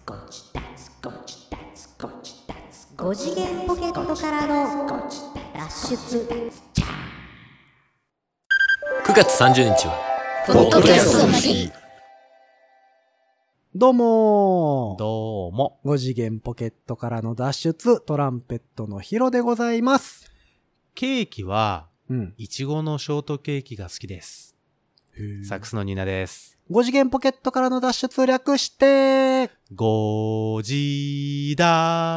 5次元ポケットからの脱出。 9月30日はポッドキャストの日。 どうもどうも 5次元ポケットからの脱出、トランペットのヒロでございます。 ケーキは、 うん。 いちごのショートケーキが好きです。サックスのニーナです。 5次元ポケットからの脱出略して、 ご自立。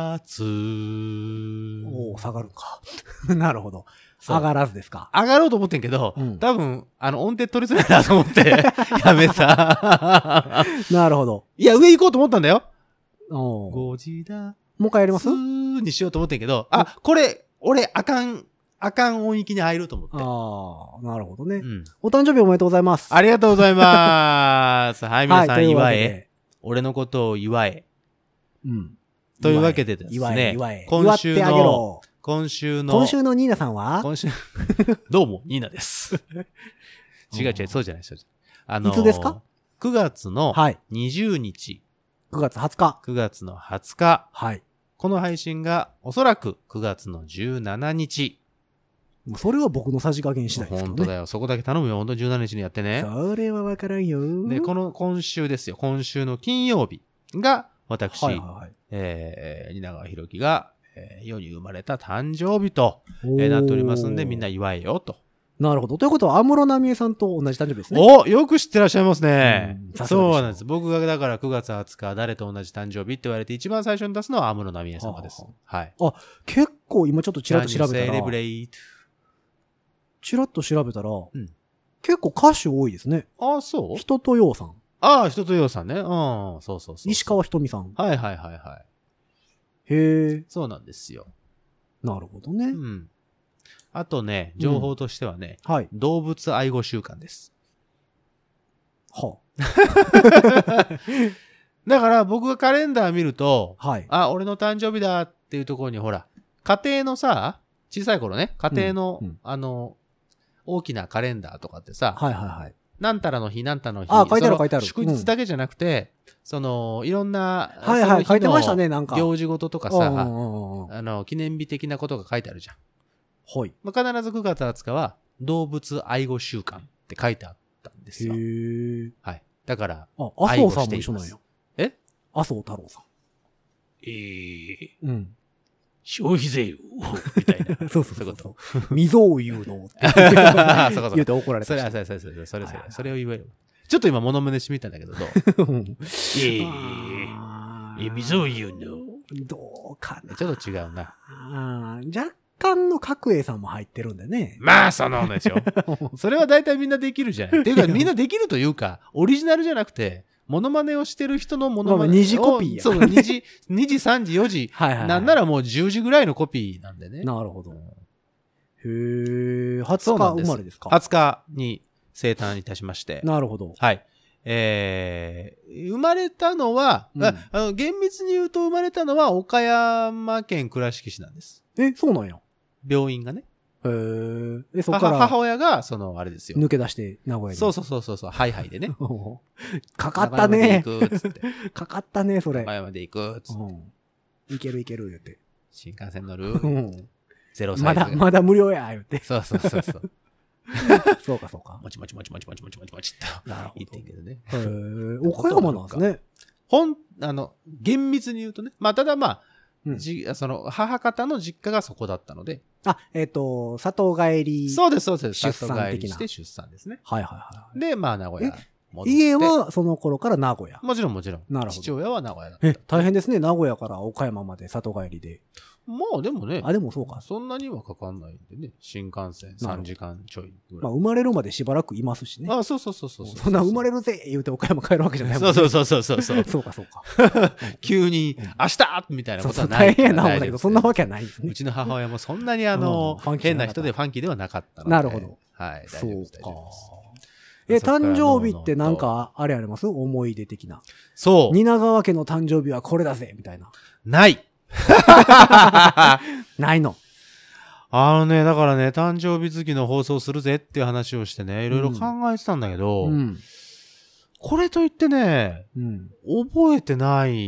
おー、下がるか。なるほど。 そう上がらずですか。 上がろうと思ってんけど、 うん、 多分、音程取りづらいなと思って、やめた。 なるほど。 いや、上行こうと思ったんだよ。 おー。 ご自立。 もう一回やりますにしようと思ってんけど、これ、俺、あかん音域に入ると思って。 あー、なるほどね。 うん。 お誕生日おめでとうございます。 ありがとうございます。はい、皆さん祝え。俺のことを祝え。 うん。 というわけでですね。 祝え。 今週祝ってあげろ。 今週のニーナさんはどうも、ニーナです。違う、そうじゃない、そうじゃない。 いつですか ?9 月の20日。 9月20日。 9月の20日。 はい。 この配信がおそらく9月の17日。 それは僕のさじ加減次第ですけどね。 本当だよ。そこだけ頼むよ。本当に17日にやってね。 それはわからんよ。 で、今週ですよ。今週の金曜日が、私、蜷川博樹が、世に生まれた誕生日と、なっておりますんで、みんな祝えよと。 なるほど。ということは、安室奈美恵さんと同じ誕生日ですね。 お、よく知ってらっしゃいますね。そうなんです。僕がだから9月20日、誰と同じ誕生日って言われて、一番最初に出すのは安室奈美恵様です。はい。 あ、結構今ちょっとチラッと調べたら、チラッと調べたら、結構歌手多いですね。 あ、そう人とようさん。 ああ、人とようさんね。うん、そう。 石川ひとみさん。 はい。 へえ。 そうなんですよ。 なるほどね。 うん。あとね、情報としてはね、 はい。 動物愛護週間です。 はだから僕がカレンダー見ると、 はい。 あ、俺の誕生日だっていうところにほら、家庭のさ、小さい頃ね、家庭の、大きなカレンダーとかってさ、 はい。 なんたらの日、なんたらの日。 あ、書いてある。 祝日だけじゃなくて、いろんな、 書いてましたね、なんか。 行事事とかさ、記念日的なことが書いてあるじゃん。 はい。 必ず9月20日は、動物愛護週間って書いてあったんですよ。はい。だから、 麻生さんも一緒なんや。 え？ 麻生太郎さん。うん。 消費税を、みたいな。 そう。未曾有の。言うと怒られた。 それを言えよ。ちょっと今、モノマネしてみたんだけど、どう？未曾有の。 どうかな。 ちょっと違うな。 若干の角栄さんも入ってるんでね。 まあ、そのでしょ。それは大体みんなできるじゃない。っていうか、みんなできるというか、オリジナルじゃなくて、モノマネをしてる人のモノマネ。 二次コピーや。 そう、2時、3時、4時。なんならもう10時ぐらいのコピーなんでね。 なるほど。へー、20日生まれですか？ 20 日に生誕いたしまして。 なるほど。 はい。生まれたのは、厳密に言うと生まれたのは岡山県倉敷市なんです。 そうなんや。 病院がね。 そこから。 母親が、あれですよ。 抜け出して名古屋に。 そう。ハイハイでね。 かかったね。かかったね、それ。 名古屋まで行く、つって。 いける、言って。 新幹線乗る。0歳。 まだ無料や、言って。 そう。 そうか。 もちって。 なるほど。 言ってんけどね。 岡山なんですね。 厳密に言うとね。まあ、ただ母方の実家がそこだったので。 里帰り。 そうです。 出産的な。 して出産ですね。 はい。 で、まあ、名古屋。 家はその頃から名古屋。 もちろん。 なるほど。 父親は名古屋だった。 大変ですね。名古屋から岡山まで里帰りで。 まあでもね。 でもそうか。 そんなにはかかんないんでね。新幹線3時間ちょいぐらい。 まあ生まれるまでしばらくいますしね。 そう。 そんな生まれるぜ言うて岡山帰るわけじゃないもんね。そう。 そうか。 急に、明日みたいなことはない。 大変なもんだけど、そんなわけはないですね。 うちの母親もそんなに変な人でファンキーではなかったので。 なるほど。 はい、大丈夫です。 誕生日ってなんか、あれあります思い出的な。 そう。 蜷川家の誕生日はこれだぜみたいな。 ないないの。 だからね、誕生日月の放送するぜっていう話をしてね、いろいろ考えてたんだけど、これといってね、覚えてない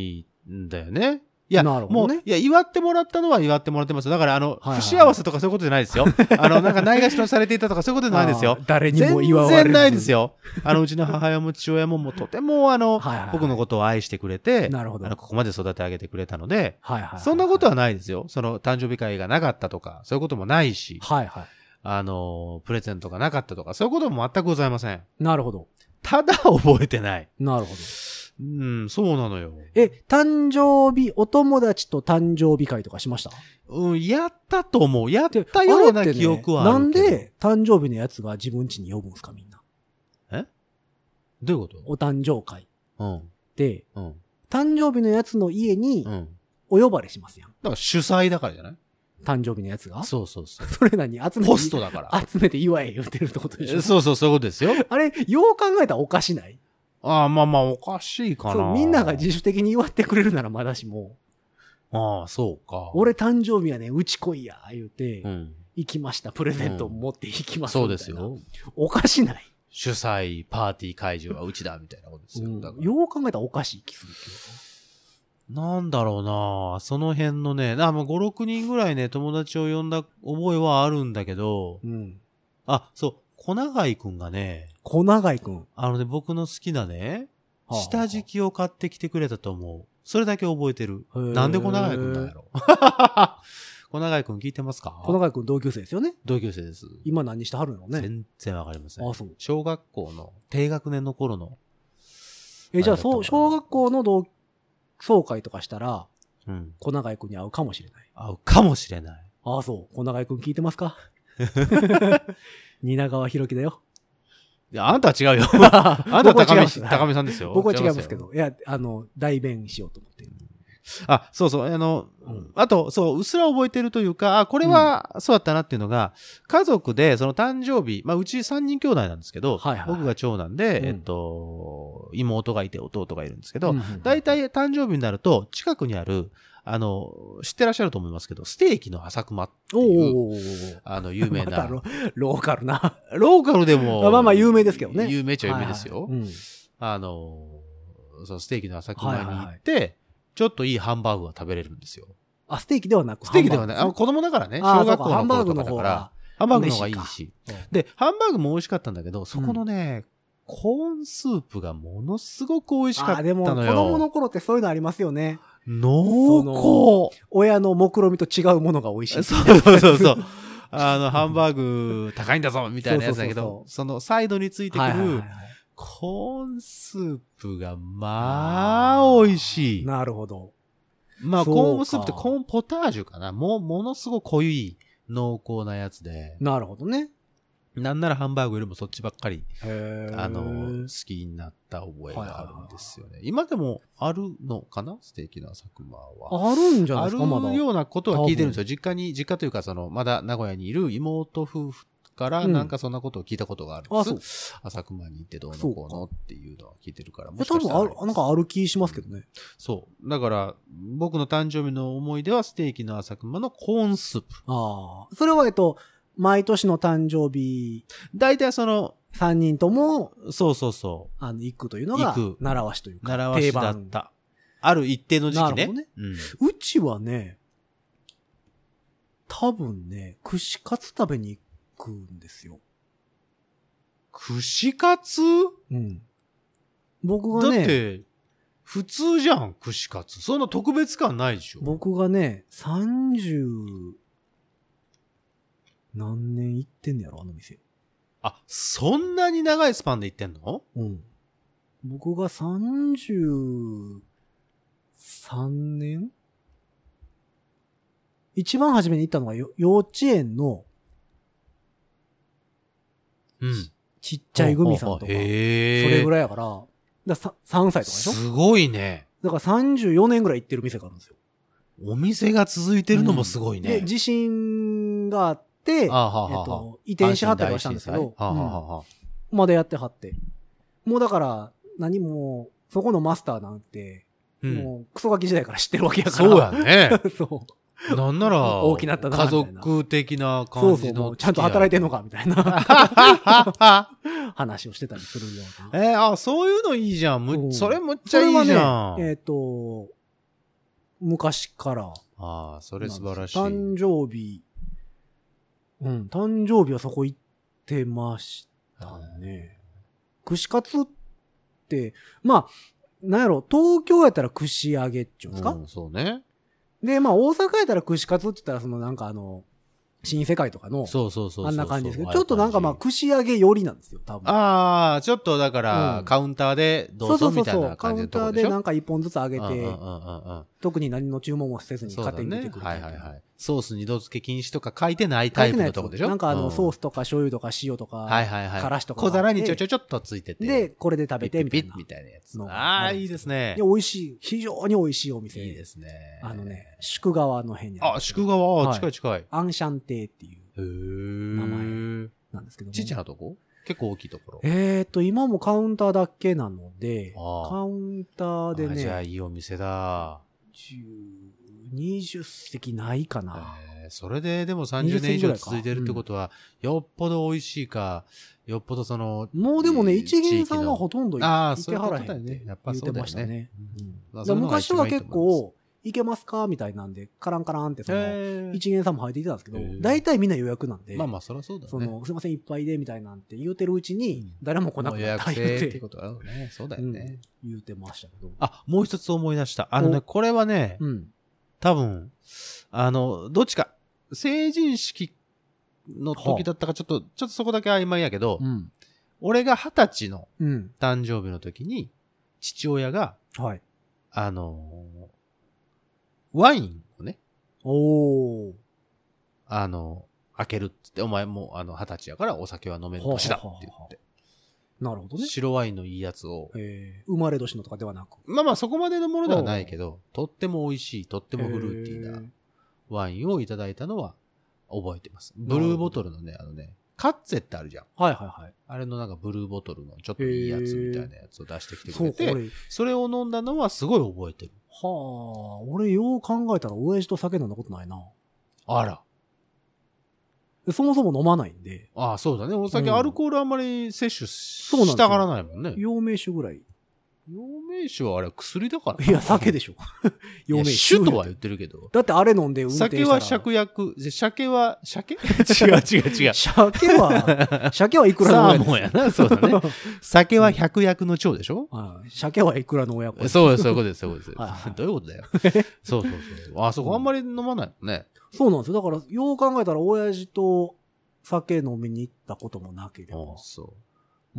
んだよね。いや、 なるほどねもう、いや、祝ってもらったのは祝ってもらってますよ。だから、 はい不幸せとかそういうことじゃないですよ。なんか、ないがしろされていたとかそういうことじゃないですよ。 誰にも祝われず。 全然ないですよ。うちの母親も父親ももうとても、 はいはい僕のことを愛してくれて、 なるほど。 ここまで育て上げてくれたので、 はいはい。 そんなことはないですよ。誕生日会がなかったとか、そういうこともないし、 はいはい。 プレゼントがなかったとか、そういうことも全くございません。 なるほど。 ただ覚えてない。 なるほど。 うん、そうなのよ。 誕生日、お友達と誕生日会とかしました？ うん、やったと思う。やったような記憶はあるけど。 なんで誕生日のやつが自分家に呼ぶんですか、みんな。 どういうこと？ お誕生会。 うん。 で、 うん。 誕生日のやつの家にうん。 お呼ばれしますやん。 だから主催だからじゃない？ 誕生日のやつが。 そうそうそう。 それ何集めて。 ポストだから。 集めて祝え言ってるってことでしょ？ そうそう、そういうことですよ。 あれ、よう考えたらおかしない？ ああ、まあまあ、おかしいかな。 そう、みんなが自主的に祝ってくれるならまだしも、 ああ、そうか。 俺誕生日やね、うち来いや、言うて、 うん。 行きました。プレゼントを持って行きます、 そうですよ。 おかしない？ 主催、パーティー会場はうちだ、みたいなことですよ。だからよう考えたらおかしい気するけなんだろうなその辺のね、もう5、6人ぐらいね、友達を呼んだ覚えはあるんだけど、 ど。うん。 そう、小長井くんがね、 小長井くん。 僕の好きなね、 はあ下敷きを買ってきてくれたと思う。それだけ覚えてる。 へーなんで小長井くんなんやろ。小長井くん聞いてますか？ 小長井くん同級生ですよね。 同級生です。 今何してはるのね。 全然わかりません。 あ、そう。 小学校の低学年の頃の。 じゃあ、 そう小学校の同窓会とかしたら、 うん。 小長井くんに会うかもしれない。 会うかもしれない。 あ、そう。小長井くん聞いてますか？蜷川博樹だよ。 いや、あんたは違うよ。あんたは高見さんですよ。 僕は違いますけど。いや、代弁しようと思って。 そうそう。あと、そう、うっすら覚えてるというか、これはそうだったなっていうのが、家族で、その誕生日、うち3人兄弟なんですけど、 はいはいはい僕が長男で、 うん妹がいて弟がいるんですけど、 うんうんうん大体誕生日になると、近くにある、知ってらっしゃると思いますけど、ステーキの浅熊っていう、有名またな、 ローカルな。 ローカルでも、 まあまあ有名ですけどね。 有名っちゃ有名ですよ。 はいはいそのステーキの浅熊に行って、ちょっといいハンバーグが食べれるんですよ。 あ、ステーキではなくステーキではない。 ハンバーグ子供だからね。 あ小学校ハンバのーグの方頃とかだからが、 ハンバーグの方がいい嬉しいし。 か。 で、ハンバーグも美味しかったんだけど、そこのね、コーンスープがものすごく美味しかったのよ。 でも子供の頃ってそういうのありますよね。 濃厚。 親の目論見と違うものが美味しい。 そうそうそう。ハンバーグ高いんだぞ、みたいなやつだけど、そのサイドについてくる、コーンスープが、まあ、美味しい。 なるほど。 コーンスープってコーンポタージュかな。ものすごく濃い、濃厚なやつで。 なるほどね。 なんならハンバーグよりもそっちばっかり、 好好きになった覚えがあるんですよね。今でもあるのかなステーキの浅熊は。 あるんじゃないですか、まだ。 あるようなことは聞いてるんですよ。実家というか、まだ名古屋にいる妹夫婦からなんかそんなことを聞いたことがあるんです。浅熊に行ってどうのこうのっていうのは聞いてるから。 多分なんかある気しますけどね。 そう。だから、僕の誕生日の思い出はステーキの浅熊のコーンスープ。 ああ。それは毎年の誕生日。 大体 3人とも、 そうそうそう。 行くというのが、習わしというか。 習わしだった。ある一定の時期ね。 なるほどね。うちはね、多分ね、串カツ食べに行くんですよ。 串カツ？ うん。僕がね、 だって、普通じゃん、串カツ。そんな特別感ないでしょ。 僕がね、30何年行ってんねやろ、あの店。 そんなに長いスパンで行ってんの？ うん。僕が33年一番初めに行ったのが幼稚園の、ちっちゃいグミさんとか、それぐらいやから、3歳とかでしょ？ すごいね。 だから34年ぐらい行ってる店があるんですよ。 お店が続いてるのもすごいね。 で、地震があって、移転しはったりはしたんですけど、まだやってはって。もうだから、そこのマスターなんて、もうクソガキ時代から知ってるわけやから。 そうやね。 そう。 なんなら、 大きなったな家族的な感じの。 そう、ちゃんと働いてんのかみたいな話をしてたりするような。 そういうのいいじゃん。それむっちゃいいじゃん。 昔から。 ああ、それ素晴らしい。 誕生日はそこ行ってましたね。串カツって、まあ、なんやろ、東京やったら串揚げっちゅうんですか？ そうね。 で、まあ大阪やったら串カツって言ったらなんか新世界とかの、あんな感じですけど、ちょっとなんかまあ、串揚げ寄りなんですよ、多分。 ああ、ちょっとだから、カウンターでどうぞみたいな感じのところでしょ。 カウンターでなんか一本ずつ揚げて、特に何の注文もせずに勝手に出てくる。 はいはいはい。ソース二度漬け禁止とか書いてないタイプのとこでしょ。 なんかソースとか醤油とか塩とか、からしとか。 小皿にちょっとついてて。 で、これで食べてみたいな。 みたいなやつ。ああ、いいですね。 美味しい、非常に美味しいお店。 いいですね。 宿川の辺にあ、宿川、近い近い。 アンシャンテっていう。名前なんですけども。 ちっちゃなとこ？結構大きいところ。 今もカウンターだけなので、カウンターでね。 じゃあいいお店だ。 20席ないかな。 それででも30年以上続いてるってことは、よっぽど美味しいか、よっぽどもうでもね、一元さんはほとんどいてはらへんって言ってましたね。 昔は結構、いけますかみたいなんで、カランカランって一元さんも入っていてたんですけど、大体みんな予約なんで、 まあそりゃそうだね。 すいませんいっぱいでみたいなんて言うてるうちに、誰も来なくなった言うて。ってことだよね。そうだよね。 言うてましたけど。 あ、もう一つ思い出した。これはね、多分、どっちか、成人式の時だったかちょっとそこだけ曖昧やけど、俺が20歳の誕生日の時に、父親が、ワインをね。開けるって言って、お前も20歳やからお酒は飲める年だって言って。 なるほどね。 白ワインのいいやつを。 生まれ年のとかではなく。 まあそこまでのものではないけど、とっても美味しい、とってもフルーティーなワインをいただいたのは覚えてます。ブルーボトルのね、カッツェってあるじゃん。あれのなんかブルーボトルのちょっといいやつみたいなやつを出してきてくれて、それを飲んだのはすごい覚えてる。 俺よう考えたら親父と酒飲んだことないな。 あら。 そもそも飲まないんで。 ああ、そうだね。お酒、アルコールあんまり摂取したがらないもんね。 陽明酒ぐらい。 陽明酒はあれ薬だから。 いや、酒でしょ。 陽明酒とは言ってるけど。 だってあれ飲んで運転したら。 酒は芍薬。鮭は、鮭違う。 鮭はいくらの親サーモンやな。そうだね。酒は百薬の長でしょ？ 鮭はいくらの親子。 そういうことです。どういうことだよ。そう。あそこあんまり飲まないもんね。 そうなんですよ。だから、よう考えたら親父と酒飲みに行ったこともなければ。 そう。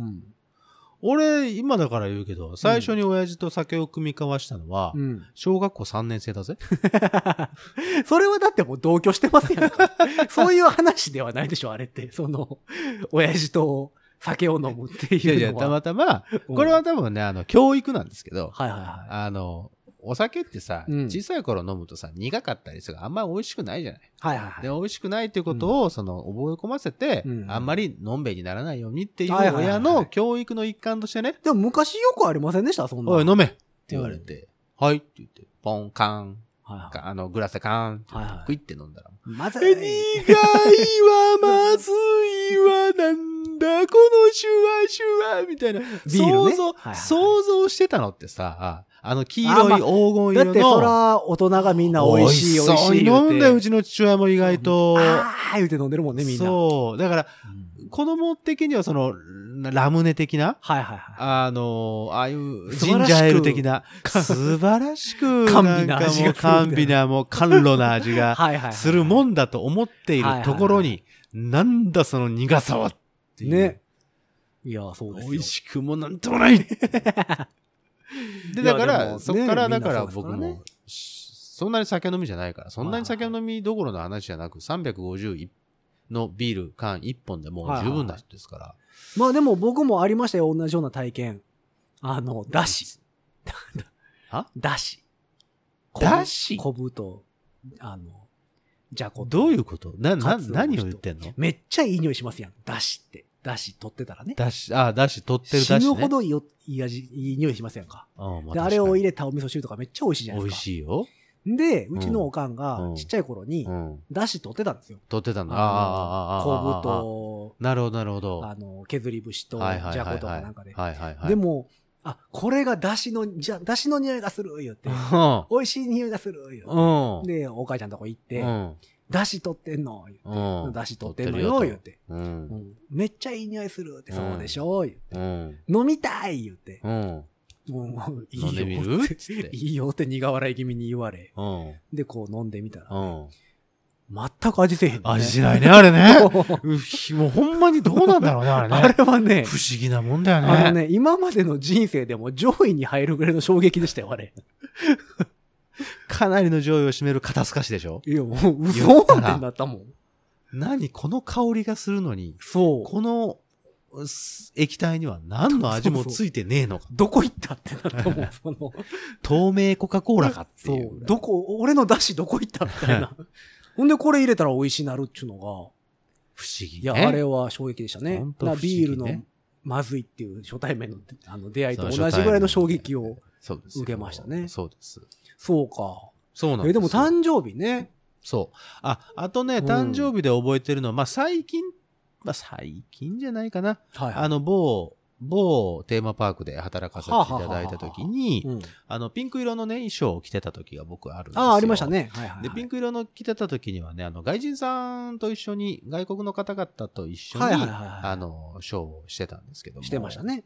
俺、今だから言うけど、最初に親父と酒を組み交わしたのは、小学校3年生だぜ。 それはだってもう同居してますやんか。そういう話ではないでしょ、あれって。親父と酒を飲むっていうのは。 いや、たまたま、これは多分ね、教育なんですけど、お酒ってさ、小さい頃飲むとさ、苦かったりするからあんまり美味しくないじゃない。で、美味しくないっていうことを、覚え込ませて、あんまりのんべいにならないようにっていう親の教育の一環としてね。 でも昔よくありませんでしたそんな。 おい、飲めって言われて、はいって言って、ポン、カン、グラスでカーンってクイって飲んだら。 まずい。苦いわ、まずいわ、なんだ、このシュワシュワ、みたいな。想像してたのってさ、黄色い黄金色の。 だってそら、大人がみんな美味しい。 そう飲んで、うちの父親も意外と。 言うて飲んでるもんね、みんな。 そう。だから、子供的にはラムネ的な、ああいうジンジャーエール的な、素晴らしく、甘美な、もう甘露な味がするもんだと思っているところに、なんだその苦さはっていう。 ね。いや、そうですよ。 美味しくもなんともないで、だから、そっからだから僕も、そんなに酒飲みじゃないから、そんなに酒飲みどころの話じゃなく、350のビール缶1本でもう十分な人ですから。 まあでも僕もありましたよ、同じような体験。だし。だし。 だし？ 昆布と、じゃこと。 どういうこと？何を言ってんの？ めっちゃいい匂いしますやん。だしって。だし取ってたらね。 だし取ってるだしね。 死ぬほどいい匂いしますやんか。で、あれを入れたお味噌汁とかめっちゃ美味しいじゃないですか。 美味しいよ。 で、うちのおかんがちっちゃい頃に、だし取ってたんですよ。 取ってたんだ。 昆布と、 なるほど。 削り節と、じゃことかなんかで。 はい。 でも、 あ、これが出汁の匂いがする、言って。美味しい匂いがする、言って。で、お母ちゃんのとこ行って、出汁取ってんの、言って。出汁取ってんのよ、言って。めっちゃいい匂いするって、そうでしょ、言って。飲みたい、言って。もういいよっていいよって苦笑い気味に言われ。で、こう飲んでみたら、全く味せえへんね。 味しないね、あれね。もうほんまにどうなんだろうね、あれね。 あれはね、 不思議なもんだよね。 今までの人生でも上位に入るぐらいの衝撃でしたよ、あれ。 かなりの上位を占める肩透かしでしょ。 いや、もう嘘ってなったもん。 何この香りがするのに、 そう。 この液体には何の味もついてねえのか。 どこ行ったってなったもん、その。 透明コカ・コーラかっていう。 そう。俺の出汁どこ行ったみたいな。ほんでこれ入れたら美味しいなるっちゅうのが。不思議、ね。 いや、あれは衝撃でしたね。ビールのまずいっていう初対面の出会いと同じぐらいの衝撃を受けましたね。 そうです。 そうか。 そうなんです。 でも誕生日ね。 そう。あとね、誕生日で覚えてるのは、まあ最近じゃないかな。某テーマパークで働かせていただいたときに、ピンク色のね、衣装を着てた時が僕あるんですよ。 ありましたね。 で、ピンク色の着てた時にはね、外人さんと一緒に、外国の方々と一緒に、ショーをしてたんですけども。 してましたね。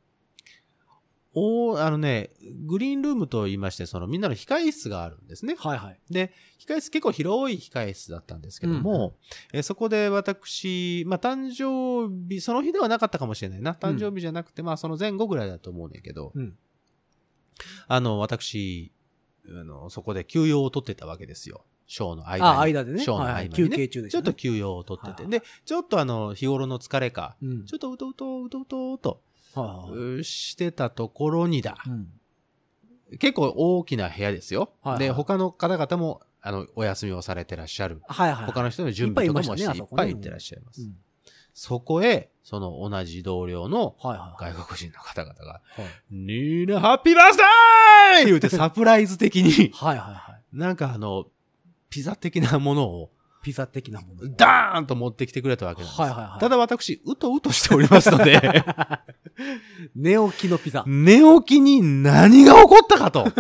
グリーンルームと言いまして、みんなの控え室があるんですね。で、控え室結構広い控え室だったんですけども、そこで私、誕生日、その日ではなかったかもしれないな。誕生日じゃなくて、その前後ぐらいだと思うねんけど、私、そこで休養を取ってたわけですよ。ショーの間に。 間でね。 ショーの間に、 休憩中でちょっと休養を取ってて。で、ちょっと日頃の疲れか、ちょっとうとと、してたところにだ。結構大きな部屋ですよ。で、他の方々も、お休みをされてらっしゃる。他の人の準備とかもしていっぱい行ってらっしゃいます。そこへ、同じ同僚の外国人の方々が、ニーナハッピーバースデー言うてサプライズ的に、なんかピザ的なものを、ダーンと持ってきてくれたわけなんです。ただ私、うとうとしておりますので、 寝起きのピザ。 寝起きに何が起こったかと。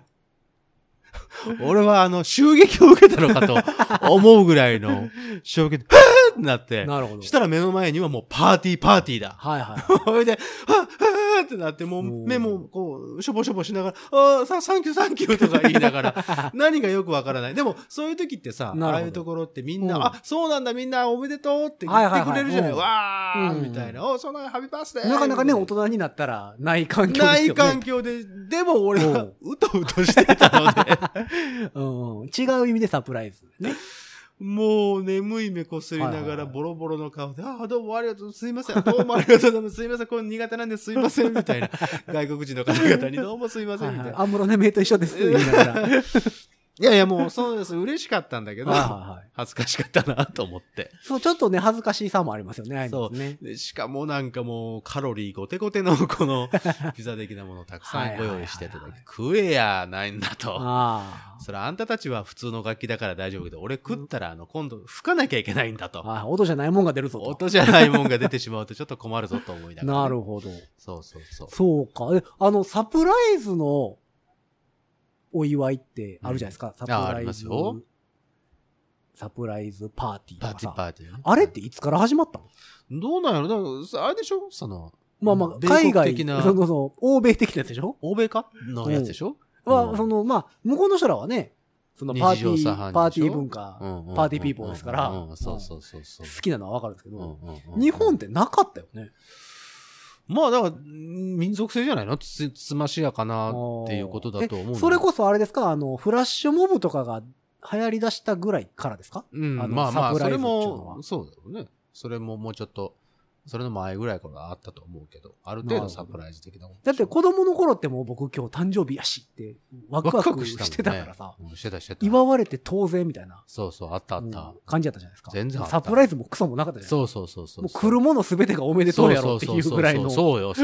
俺は襲撃を受けたのかと思うぐらいの衝撃で、はぁってなって、したら目の前にはもうパーティーだ。それで、はぁってなって、もう目もこう、しょぼしょぼしながら、サンキューとか言いながら、何がよくわからない。でも、そういう時ってさ、ああいうところってみんな、そうなんだみんなおめでとうって言ってくれるじゃない。わーみたいな。そんなハッピーバースデーなかなかね、大人になったらない環境ですよね。 ない環境で、でも俺はうとうとしてたので、 違う意味でサプライズね。 もう眠い目こすりながらボロボロの顔で、どうもありがとう、すいません、どうもありがとうございます、すいません、これ苦手なんですいません、みたいな。外国人の方々にどうもすいません、みたいな。 アムロネメイと一緒です、言いながら。 いやもうそうです。嬉しかったんだけど、恥ずかしかったなと思って。 そう、ちょっとね、恥ずかしさもありますよね、 そうね。でしかもなんかもうカロリーゴテゴテのこのピザ的なものをたくさんご用意してただけ。食えやないんだと。それあんたたちは普通の楽器だから大丈夫けど、俺食ったら今度吹かなきゃいけないんだと。 音じゃないもんが出るぞと。 音じゃないもんが出てしまうとちょっと困るぞと思いながら。 なるほど。 そう。 そうか。サプライズのお祝いってあるじゃないですか。サプライズ。ありますよ。サプライズパーティーとかさ。パーティー。あれっていつから始まったの？ どうなんやろ？だからあれでしょ？ 海外的な。欧米的なやつでしょ？ 欧米かのやつでしょ？ 向こうの人らはね、パーティー文化、パーティーピーポーですから、 そう。 好きなのはわかるんですけど、日本ってなかったよね。 だから、民族性じゃないの？つましやかなっていうことだと思う。 それこそあれですか？フラッシュモブとかが流行り出したぐらいからですか？ それも、そうだろうね。それももうちょっと、それの前ぐらいからあったと思うけど、ある程度サプライズ的なこと。 だって子供の頃ってもう僕今日誕生日やしって、ワクワクしてたからさ。 してた。 祝われて当然みたいな。 そう、あった。 感じだったじゃないですか。 全然あった。 サプライズもクソもなかったじゃないですか。そう。もう来るものすべてがおめでとうやろっていうぐらいの。 そうよ。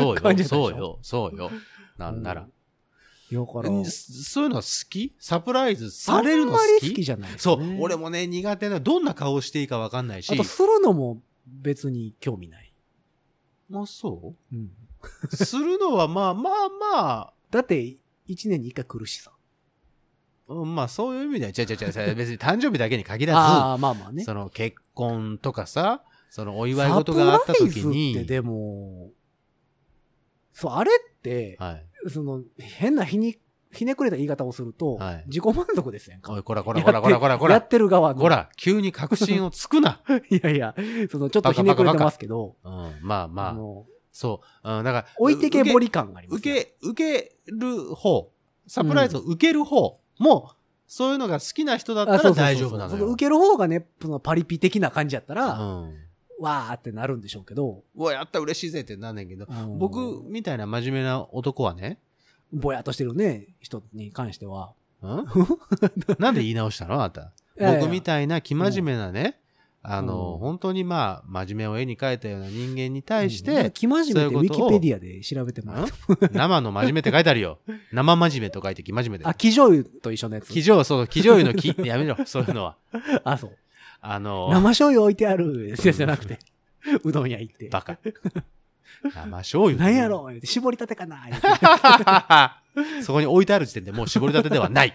なんなら。そういうのは好き？サプライズされるの好き？ あんまり好きじゃない。 そう。俺もね、苦手な、どんな顔していいか分かんないし。 あと、するのも別に興味ない。 そう？ するのはまあ。 だって、1年に1回来るしさ。 まあそういう意味では、別に誕生日だけに限らず、 まあね。 その結婚とかさ、そのお祝い事があった時に。サプライズってでも、そう、あれって、はい、その、変なひねくれた言い方をすると、はい、自己満足ですやんか。 おい、こら。 やってる側の。 こら、急に確信をつくな。 いや、その、ちょっとひねくれてますけど。 まあ。そう。だから、 置いてけぼり感があります、 ね。受ける方、サプライズを受ける方も、そういうのが好きな人だったら大丈夫なのよ。 受ける方がね、そのパリピ的な感じやったら、わーってなるんでしょうけど。 やった嬉しいぜってなんねんけど、僕みたいな真面目な男はね、 ぼやっとしてるね、人に関しては。 なんで言い直したのあなた。僕みたいな生真面目なね、本当に真面目を絵に描いたような人間に対して、 生真面目ってウィキペディアで調べてもらうと。 生の真面目って書いてあるよ。生真面目と書いて生真面目で。 生醤油と一緒のやつ。 生醤油の木。やめろ、そういうのは。 そう。生醤油置いてあるやつじゃなくて、うどん屋行って。 バカ。生醤油。 何やろう絞りたてかなそこに置いてある時点でもう絞りたてではない。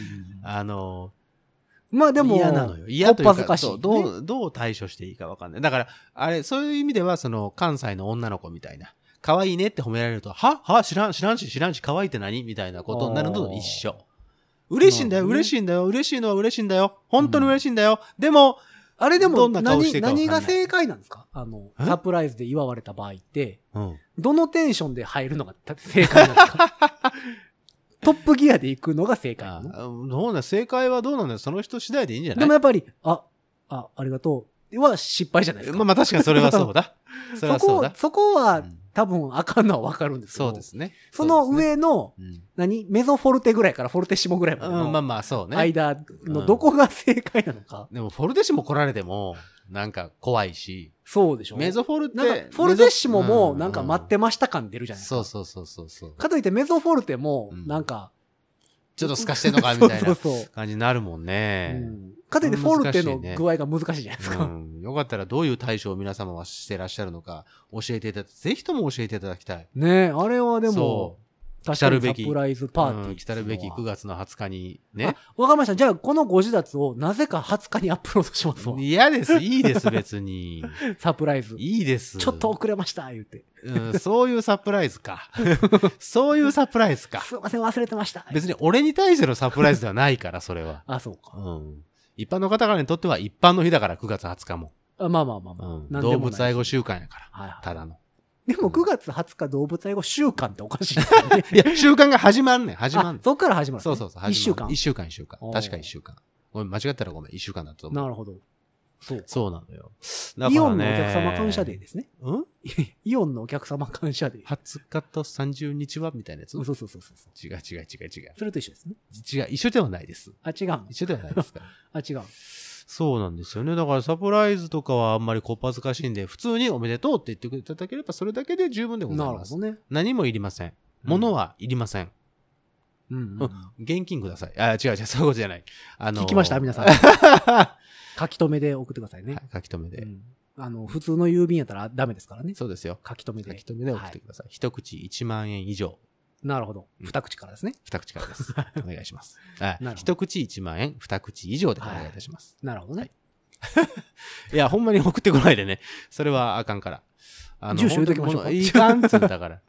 まあでも、嫌なのよ。嫌というか、どう対処していいかわかんない。だから、そういう意味では、その、関西の女の子みたいな、可愛いねって褒められると、知らんし、可愛いって何みたいなことになるのと一緒。嬉しいんだよ。嬉しいのは嬉しいんだよ。本当に嬉しいんだよ。でも、 あれでも何が正解なんですか？サプライズで祝われた場合って、どのテンションで入るのが正解なんですか？トップギアで行くのが正解なの？ 正解はどうなんだよ。その人次第でいいんじゃない？ でもやっぱり、ありがとう。は失敗じゃないですか。 まあ確かにそれはそうだ。 そこは多分あかんのはわかるんですけど。 そうですね。 その上の、メゾフォルテぐらいからフォルテシモぐらいまでの。 まあそうね。 間のどこが正解なのか。 でもフォルテシモ来られても、なんか怖いし。 そうでしょ。 メゾフォルテ。 なんかフォルテシモもなんか待ってました感出るじゃないですか。 そう。 かといってメゾフォルテもなんか、 ちょっと透かしてんのかみたいな感じになるもんね。 かといってフォルテの具合が難しいじゃないですか。 よかったらどういう対処を皆様はしてらっしゃるのかぜひとも教えていただきたい。 ねあれはでも、確かにサプライズパーティー。 来たるべき9月の20日にね。 わかりました。じゃあこのご自立をなぜか20日にアップロードしますわ。 嫌です。いいです、別に。 サプライズ。 いいです。 ちょっと遅れました、言うて。 そういうサプライズか。そういうサプライズか。 すいません、忘れてました。 別に俺に対してのサプライズではないから、それは。 そうか。 一般の方々にとっては一般の日だから9月20日も。 まあ。 動物愛護週間やから。ただの。 でも9月20日動物愛護週間っておかしいですよね。 いや、週間が始まるね。そっから始まる。 そう。 1週間。 1週間。確か1週間。ごめん、間違ったらごめん。1週間だと思う。 なるほど。 そうなのよ。 イオンのお客様感謝デーですね。イオンのお客様感謝デー。 20日と30日はみたいなやつ？ そう。 違う。 それと一緒ですね。 違う、一緒ではないです。 違う。 一緒ではないですか。 違う。 そうなんですよね。だからサプライズとかはあんまりこっぱずかしいんで、普通におめでとうって言っていただければそれだけで十分でございます。 なるほどね。 何もいりません。物はいりません。現金ください。違う、そういうことじゃない。 聞きました皆さん。書き留めで送ってくださいね。 はい、書き留めで。 普通の郵便やったらダメですからね。 そうですよ。 書き留めで。 書き留めで送ってください。一口1万円以上。 なるほど。二口からですね。 二口からです。お願いします。一口1万円、二口以上でお願いいたします。 なるほどね。 いや、ほんまに送ってこないでね。それはあかんから。 住所言うときましょうか。 いかんっつったから。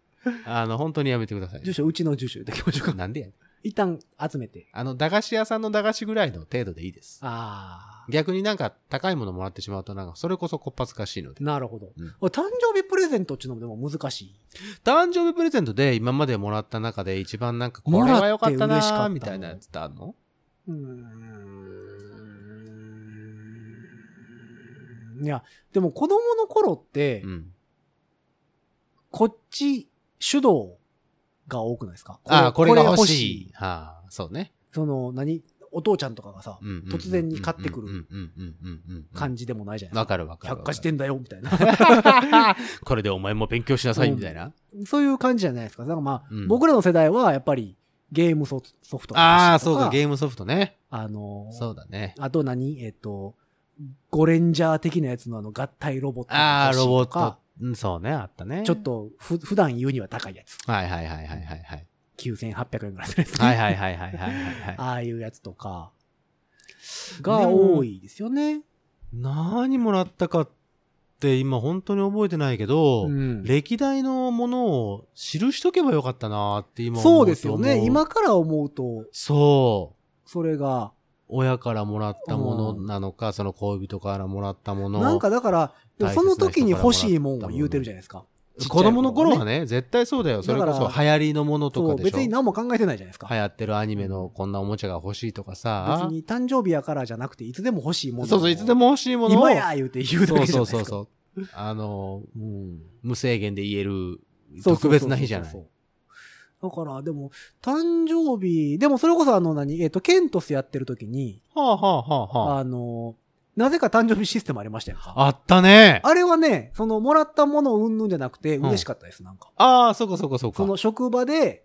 本当にやめてください。 住所、うちの住所言うときましょうか。 なんでやねん。 一旦集めて。 駄菓子屋さんの駄菓子ぐらいの程度でいいです。逆になんか高いものもらってしまうとなんかそれこそこっぱずかしいので。 なるほど。誕生日プレゼントっていうのでも難しい。 誕生日プレゼントで今までもらった中で一番なんかこれは良かったなーみたいなやつってあるの？ いや、でも子供の頃って、こっち主導が多くないですか？ これが欲しい。そうね。 お父ちゃんとかがさ、突然に買ってくる感じでもないじゃないですか。 わかる。 百科事典だよ、みたいな。 これでお前も勉強しなさい、みたいな。 そういう感じじゃないですか。だから僕らの世代はやっぱりゲームソフトとか。 そうか、ゲームソフトね。 そうだね。 あとゴレンジャー的なやつの合体ロボットとか。 ロボット。 そうね、あったね。 ちょっと普段言うには高いやつ。 はいはいはいはいはい。 9800円ぐらいですね。 はいはいはいはいはい。 ああいうやつとかが多いですよね。 何もらったかって今本当に覚えてないけど、歴代のものを記しとけばよかったなって今思うと。 そうですよね。今から思うと。 そう。 それが。 親からもらったものなのか、その恋人からもらったもの。 なんかだから、その時に欲しいもんを言うてるじゃないですか。 子供の頃はね、絶対そうだよ。それこそ流行りのものとかでしょ。 別に何も考えてないじゃないですか。 流行ってるアニメのこんなおもちゃが欲しいとかさ。 別に誕生日やからじゃなくて、いつでも欲しいもの。 そうそう、いつでも欲しいものを。 今や言うて言うだけじゃないですか。 そう無制限で言える特別な日じゃない。 だから、でも、誕生日、でもそれこそケントスやってる時に、なぜか誕生日システムありましたよ。 あったね。 あれはね、もらったものをうんぬんじゃなくて、嬉しかったです、なんか。 ああ、そうかそうかそうか。 その職場で、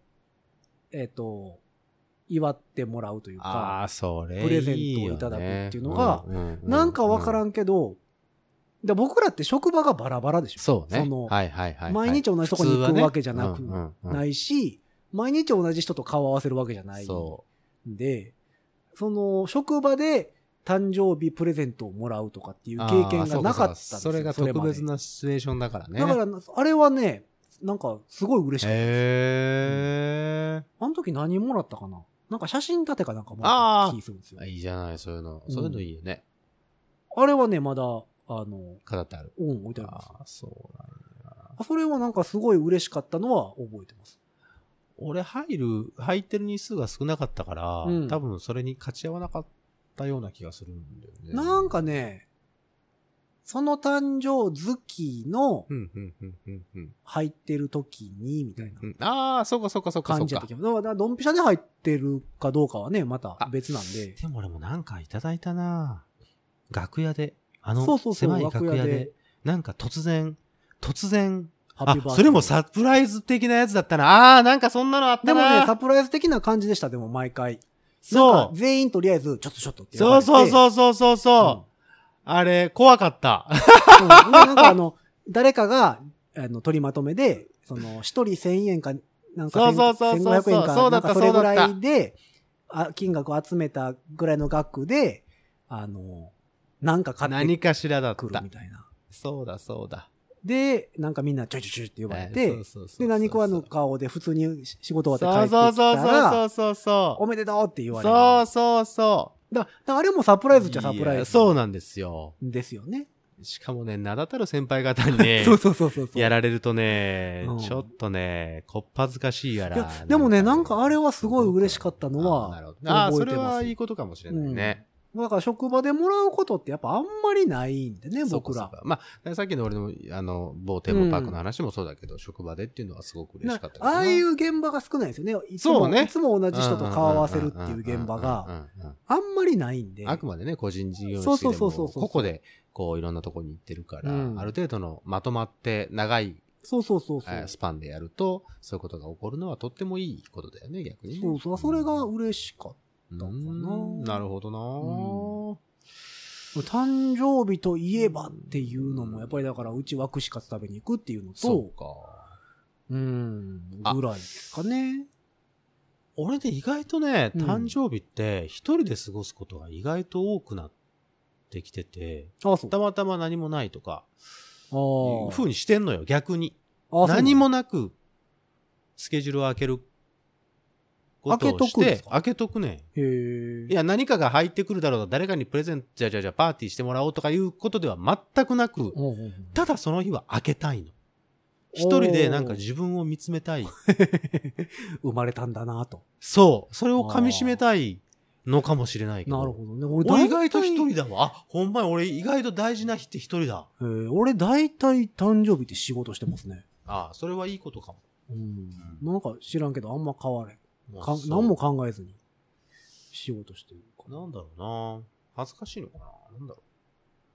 祝ってもらうというか、 プレゼントをいただくっていうのが、なんかわからんけど、僕らって職場がバラバラでしょ。 そうね。はいはいはい。 毎日同じとこに行くわけじゃないし、毎日同じ人と顔を合わせるわけじゃないんで、職場で誕生日プレゼントをもらうとかっていう経験がなかったんですよ。 それが特別なシチュエーションだからね。 だから、あれはね、なんかすごい嬉しかった。あの時何もらったかな？なんか写真立てかなんかもらった気するんですよ。 いいじゃない、そういうの。そういうのいいよね。 あれはね、まだ、 飾ってある。 置いてあります。 そうなんや。それはなんかすごい嬉しかったのは覚えてます。 俺入ってる日数が少なかったから、多分それに勝ち合わなかったような気がするんだよね。 なんかね、その誕生月の入ってる時にみたいな。そうかそうかそうか。 感じだったけど、だからドンピシャで入ってるかどうかはね、また別なんで。 でも俺もなんかいただいたな。楽屋で、 そう狭い楽屋で、なんか突然、それもサプライズ的なやつだったな。なんかそんなのあったな。 でもね、サプライズ的な感じでした、でも毎回。 そう。 全員とりあえず、ちょっとって言われて。そう。あれ、怖かった。 なんか誰かが、取りまとめで、一人1000円か、なんか1500円か、なんかそれぐらいで、金額を集めたぐらいの額で、なんか買って何かしらだった。 くるみたいな。 そうだ。 で、なんかみんなちょいって呼ばれて、で、何食わぬ顔で普通に仕事終わって帰ってきたら、 そう。 おめでとうって言われる。 そう。 だあれもサプライズっちゃサプライズ。 そうなんですよ。 ですよね。 しかもね、名だたる先輩方にね、やられるとね、ちょっとね、こっぱずかしいやら。 でもね、なんかあれはすごい嬉しかったのは、 それはいいことかもしれないね。 だから職場でもらうことってやっぱあんまりないんでね、僕ら。 まあ、さっきの俺の某テーマパークの話もそうだけど、職場でっていうのはすごく嬉しかったああいう現場が少ないですよね。いつも同じ人と顔合わせるっていう現場があんまりないんで。 あくまでね、個人事業主でも個々でこういろんなとこに行ってるから、ある程度のまとまって長いスパンでやると、そういうことが起こるのはとってもいいことだよね、逆に。 それが嬉しかった。 なるほどな、 誕生日といえばっていうのもやっぱりだからうちは串カツ食べに行くっていうのとぐらいですかね。 俺で意外とね、誕生日って一人で過ごすことが意外と多くなってきてて、たまたま何もないとかいう風にしてんのよ、逆に。何もなくスケジュールを開けることをして、開けとくね。いや、何かが入ってくるだろうと、誰かにプレゼント、じゃあパーティーしてもらおうとかいうことでは全くなく、ただその日は開けたいの。一人でなんか自分を見つめたい。 生まれたんだなと。 そう。それを噛み締めたいのかもしれないけど。 なるほどね。 俺意外と一人だわ。ほんまに俺意外と大事な日って一人だ。 俺大体誕生日って仕事してますね。 それはいいことかも。 なんか知らんけどあんま変われん。何も考えずに仕事してるかな。なんだろうな。恥ずかしいのかな。なんだろ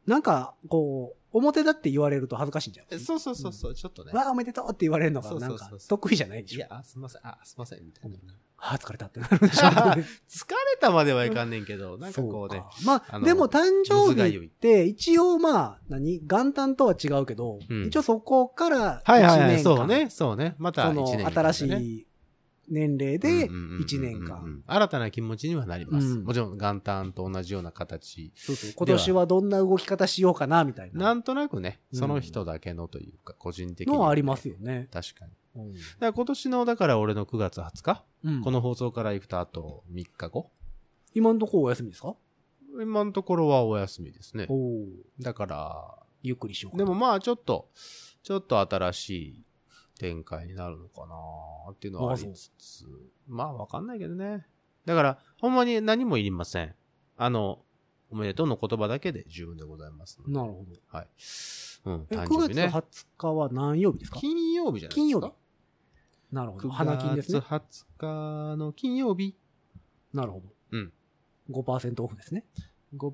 なんか、こう、表だって言われると恥ずかしいんじゃん。 そう、ちょっとね。 わあ、おめでとうって言われるのが、なんか、得意じゃないでしょ。 いや、すいません、みたいな。 疲れたってなるでしょ。 疲れたまではいかんねんけど、なんかこうね。 まあ、でも誕生日って、一応まあ、元旦とは違うけど、一応そこから1年間。 そうね。また1年間。 新しい年齢で1年間。 新たな気持ちにはなります。もちろん元旦と同じような形。 そう。今年はどんな動き方しようかな、みたいな。 なんとなくね、その人だけのというか、個人的に。 のはありますよね。 確かに。だから今年の、だから俺の9月20日、この放送から行くとあと3日後。 今のところお休みですか？ 今のところはお休みですね。だから、 ゆっくりしようか。 でもまあちょっと新しい展開になるのかなっていうのはありつつ、まあわかんないけどね。だから、ほんまに何もいりません。おめでとうの言葉だけで十分でございます。 なるほど。 はい。誕生日ね。9月20日は何曜日ですか？ 金曜日じゃないですか。 金曜日。なるほど。花金ですね。 9月20日の金曜日。 なるほど。5% オフですね。 5%。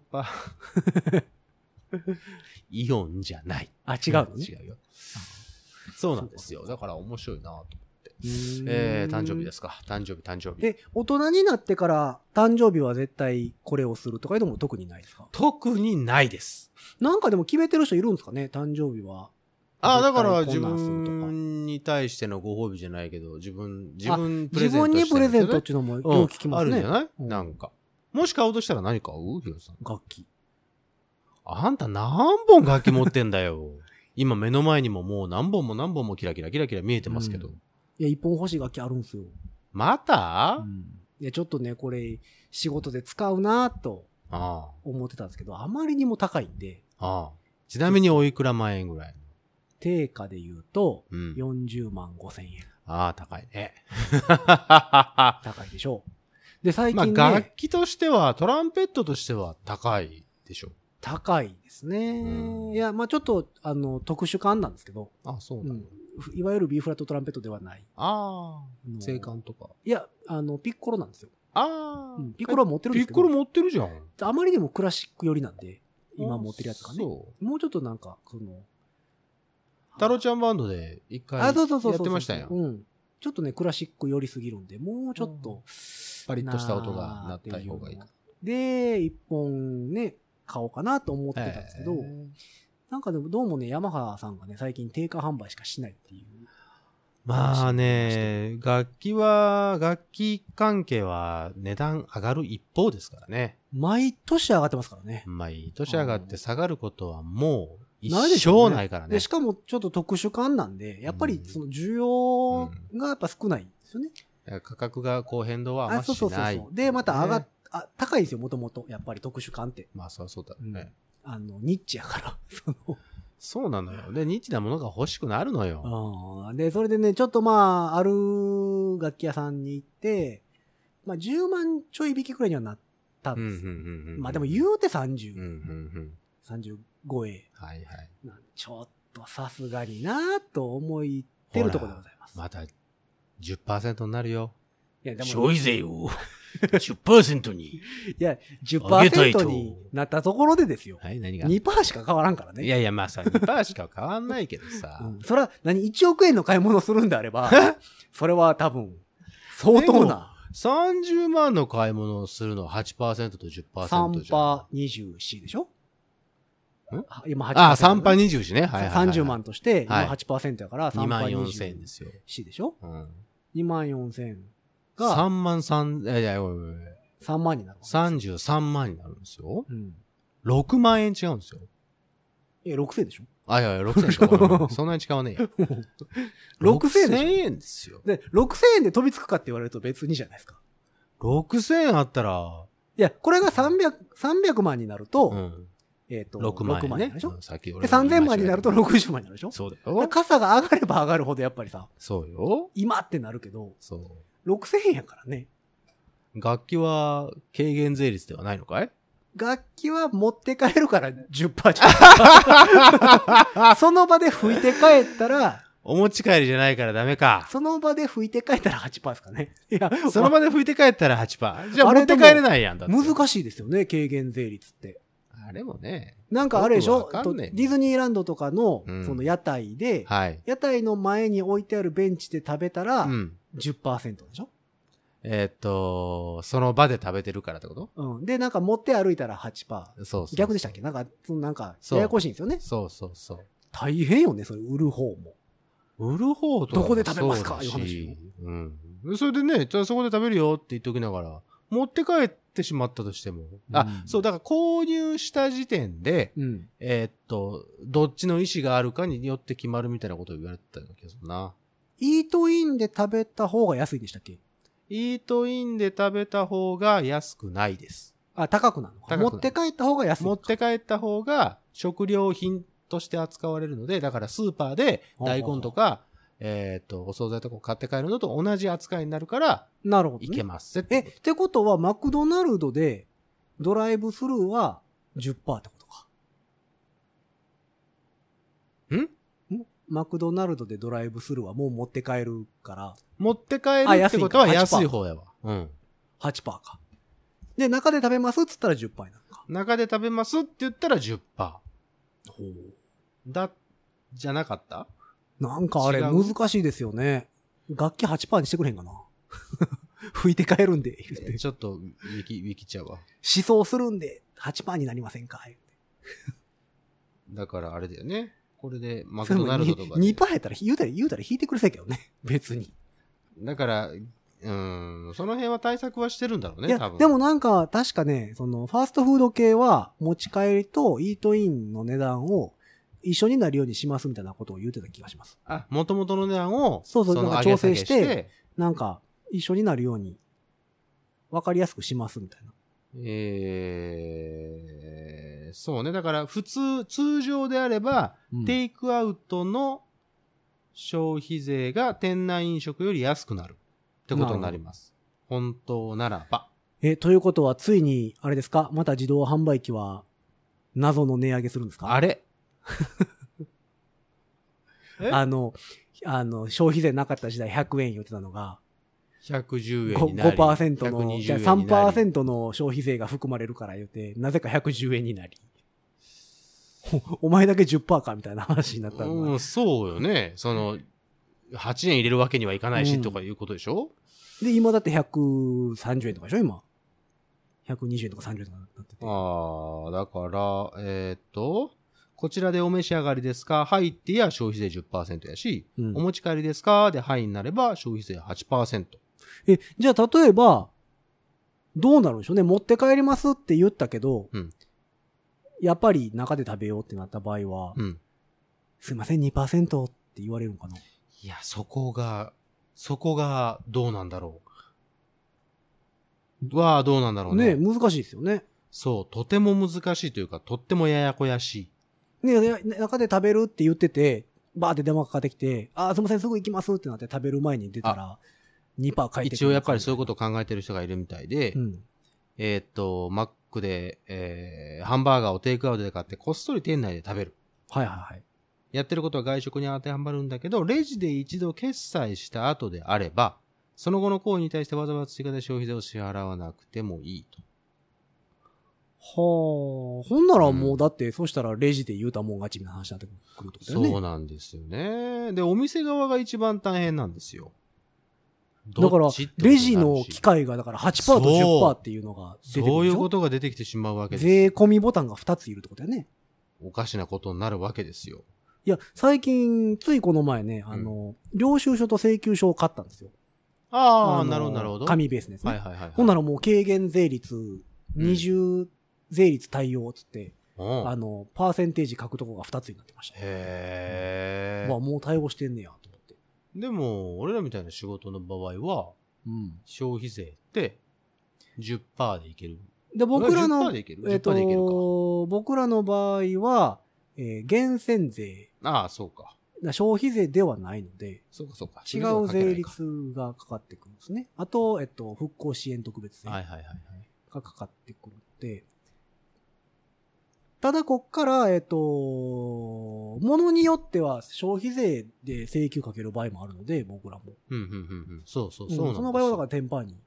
イオンじゃない。 あ、違うのね。 違うよ。そうなんですよ。だから面白いなと思って。誕生日ですか。誕生日。 で、大人になってから誕生日は絶対これをするとかいうのも特にないですか？ 特にないです。 なんかでも決めてる人いるんですかね？誕生日は。 だから自分に対してのご褒美じゃないけど、自分プレゼントしてる、 自分にプレゼントっていうのもよく聞きますね。 あるんじゃない？なんか。もし買おうとしたら何買う？ヒロさん。 楽器。 あんた何本楽器持ってんだよ。今目の前にももう何本もキラキラ見えてますけど。 いや、一本欲しい楽器あるんですよ。 また？ いや、ちょっとね、これ仕事で使うなと思ってたんですけど、あまりにも高いんで。 ちなみにおいくら万円ぐらい？ 定価で言うと、40万5千円。 高いね。 高いでしょう。で、最近ね。 楽器としては、トランペットとしては高いでしょ。 高いですね。いや、ちょっと、特殊感なんですけど。 そうなの。 いわゆる B フラットトランペットではない。 正管とか。 いや、ピッコロなんですよ。ピッコロは持ってるんですけど。 ピッコロ持ってるじゃん。 あまりにもクラシック寄りなんで、今持ってるやつがね。もうちょっとなんか、 タロちゃんバンドで一回やってましたよ。 ちょっとね、クラシック寄りすぎるんで、もうちょっと、 パリッとした音が鳴った方がいい。 で、一本ね、買おうかなと思ってたんですけど、なんかでもどうもね、ヤマハさんがね、最近定価販売しかしないっていう。 まあね、楽器関係は値段上がる一方ですからね。 毎年上がってますからね。 毎年上がって下がることはもう、一生ないからね。 で、しかもちょっと特殊感なんで、やっぱりその需要がやっぱ少ないんですよね。 価格がこう変動はあんましない。 で、また高いんですよ、もともと。やっぱり特殊感って。 まあそうだね。 ニッチやから。 そうなのよ。で、ニッチなものが欲しくなるのよ。 で、それでね、ちょっとある楽器屋さんに行って、10万ちょい引きくらいにはなったんですよ。でも言うて30。35円。ちょっとさすがになと思ってるところでございます。 また 10% になるよ。 いや、でも。 消費税を 10% に。 いや、10% になったところでですよ。 何が 2% しか変わらんからね。 いや、2% しか変わんないけどさ。 それは1億円の買い物するんであれば、それは多分、相当な。 30万の買い物をするのは 8% と 10% じゃん。 3%24でしょ？今8%。 3%パ24ね。 30万として、今 8% やから 3%。24,000円ですよ。 4でしょ？ 24,000が。 3万 3万になる。 33万になるんですよ。6万円違うんですよ。 6,000でしょ？ いや、6,000そんなに違わねえよ。 6,000 円ですよ。 で、6,000円で飛びつくかって言われると別にじゃないですか。 6,000円あったら。 いや、これが300万になると、 6万円ね。 でしょ？で、3000万になると60万になるでしょ？ そうだよ。 傘が上がれば上がるほどやっぱりさ。 そうよ。 今ってなるけど。 そう。 6,000円やからね。 楽器は軽減税率ではないのかい？ 楽器は持って帰るから 10% その場で吹いて帰ったら。 お持ち帰りじゃないからダメか。 その場で吹いて帰ったら 8% ですかね。いや、 その場で吹いて帰ったら 8%。じゃあ持って帰れないやんだって。 難しいですよね、軽減税率って。 あれもね。 なんかあれでしょ、ディズニーランドとかの、その屋台で、屋台の前に置いてあるベンチで食べたら、10% でしょ。 その場で食べてるからってこと？ うん。で、なんか持って歩いたら 8%。そう。逆でしたっけ？なんか、ややこしいんですよね。 そうそうそう。 大変よね、それ、売る方も。 売る方とどこで食べますかいう話。 うん。それでね、じゃあそこで食べるよって言っておきながら、持って帰ってしまったとしても。そう、だから購入した時点で、どっちの意思があるかによって決まるみたいなことを言われてたような気がするな。 イートインで食べた方が安いでしたっけ？ イートインで食べた方が安くないです。 高くなるのか。持って帰った方が安い。 持って帰った方が食料品として扱われるので、だからスーパーで大根とか、お惣菜とかを買って帰るのと同じ扱いになるから、 なるほど、ね。 いけますってことは、マクドナルドでドライブスルーは 10% ってことか。マクドナルドでドライブスルーはもう持って帰るから。 持って帰るってことは安い方やわ。うん。 8% か。で、中で食べますっつったら 10% になるか。 中で食べますって言ったら 10%。ほう。じゃなかった？ なんかあれ難しいですよね。楽器 8% にしてくれへんかな。吹いて帰るんで。 ちょっとウィキちゃうわ。 思想するんで 8% になりませんか？ だからあれだよね。これでマクドナルドとか。 2% やったら言うたら引いてくれせんけどね。別に。 だから、その辺は対策はしてるんだろうね、多分。 でもなんか、確かね、その、ファーストフード系は、持ち帰りとイートインの値段を一緒になるようにしますみたいなことを言ってた気がします。 元々の値段を、 なんか調整して、なんか、一緒になるように、わかりやすくしますみたいな。 そうね。だから、通常であれば、テイクアウトの消費税が店内飲食より安くなるってことになります。本当ならば。 ということは、ついに、あれですか？また自動販売機は、謎の値上げするんですか？ あれ消費税なかった時代100円言ってたのが、 110円になり。 5% の、じゃあ 3% の消費税が含まれるから言って、なぜか110円になり。お前だけ 10% かみたいな話になったの。 そうよね。8円入れるわけにはいかないし、とかいうことでしょ？ で、今だって130円とかでしょ今。120円とか30円とかなってて。 だから、こちらでお召し上がりですか？はいってや消費税 10% やし、お持ち帰りですか？ではいになれば消費税 8%。 じゃあ例えば、どうなるんでしょうね。持って帰りますって言ったけど、やっぱり中で食べようってなった場合は、すいません 2% って言われるのかな？ いや、そこがどうなんだろう。どうなんだろうね。 難しいですよね。 そう、とても難しいというか、とってもややこやしい。 中で食べるって言ってて、バーって電話かかってきて、すいません、すぐ行きますってなって食べる前に出たら、2% 返ってくる。 一応やっぱりそういうことを考えてる人がいるみたいで、マックで、ハンバーガーをテイクアウトで買ってこっそり店内で食べる。 はいはいはい。 やってることは外食に当てはまるんだけど、レジで一度決済した後であれば、その後の行為に対してわざわざ追加で消費税を支払わなくてもいいと。 ほんならもうだって、そしたらレジで言うたもん勝ちみたいな話になってくるってことだよね。 そうなんですよね。で、お店側が一番大変なんですよ。 だから、レジの機械がだから 8% と 10% っていうのが出てくるでしょ。 そういうことが出てきてしまうわけです。 税込みボタンが2ついるってことだよね。 おかしなことになるわけですよ。 いや、最近、ついこの前ね、領収書と請求書を買ったんですよ。 なるほど、なるほど。 紙ベースですね。 はいはいはい。 ほんならもう軽減税率、20税率対応つって、パーセンテージ書くとこが2つになってました。もう対応してんねや、と思って。 でも、俺らみたいな仕事の場合は、消費税って 10% でいける。 で、僕らの、 10%でいける。10%でいけるか。 僕らの場合は、源泉税。 そうか。 消費税ではないので、 そうかそうか。 違う税率がかかってくるんですね。あと、復興支援特別税がかかってくるので、ただこっから、ものによっては消費税で請求かける場合もあるので、僕らも。 そう。 その場合はだからテンパーに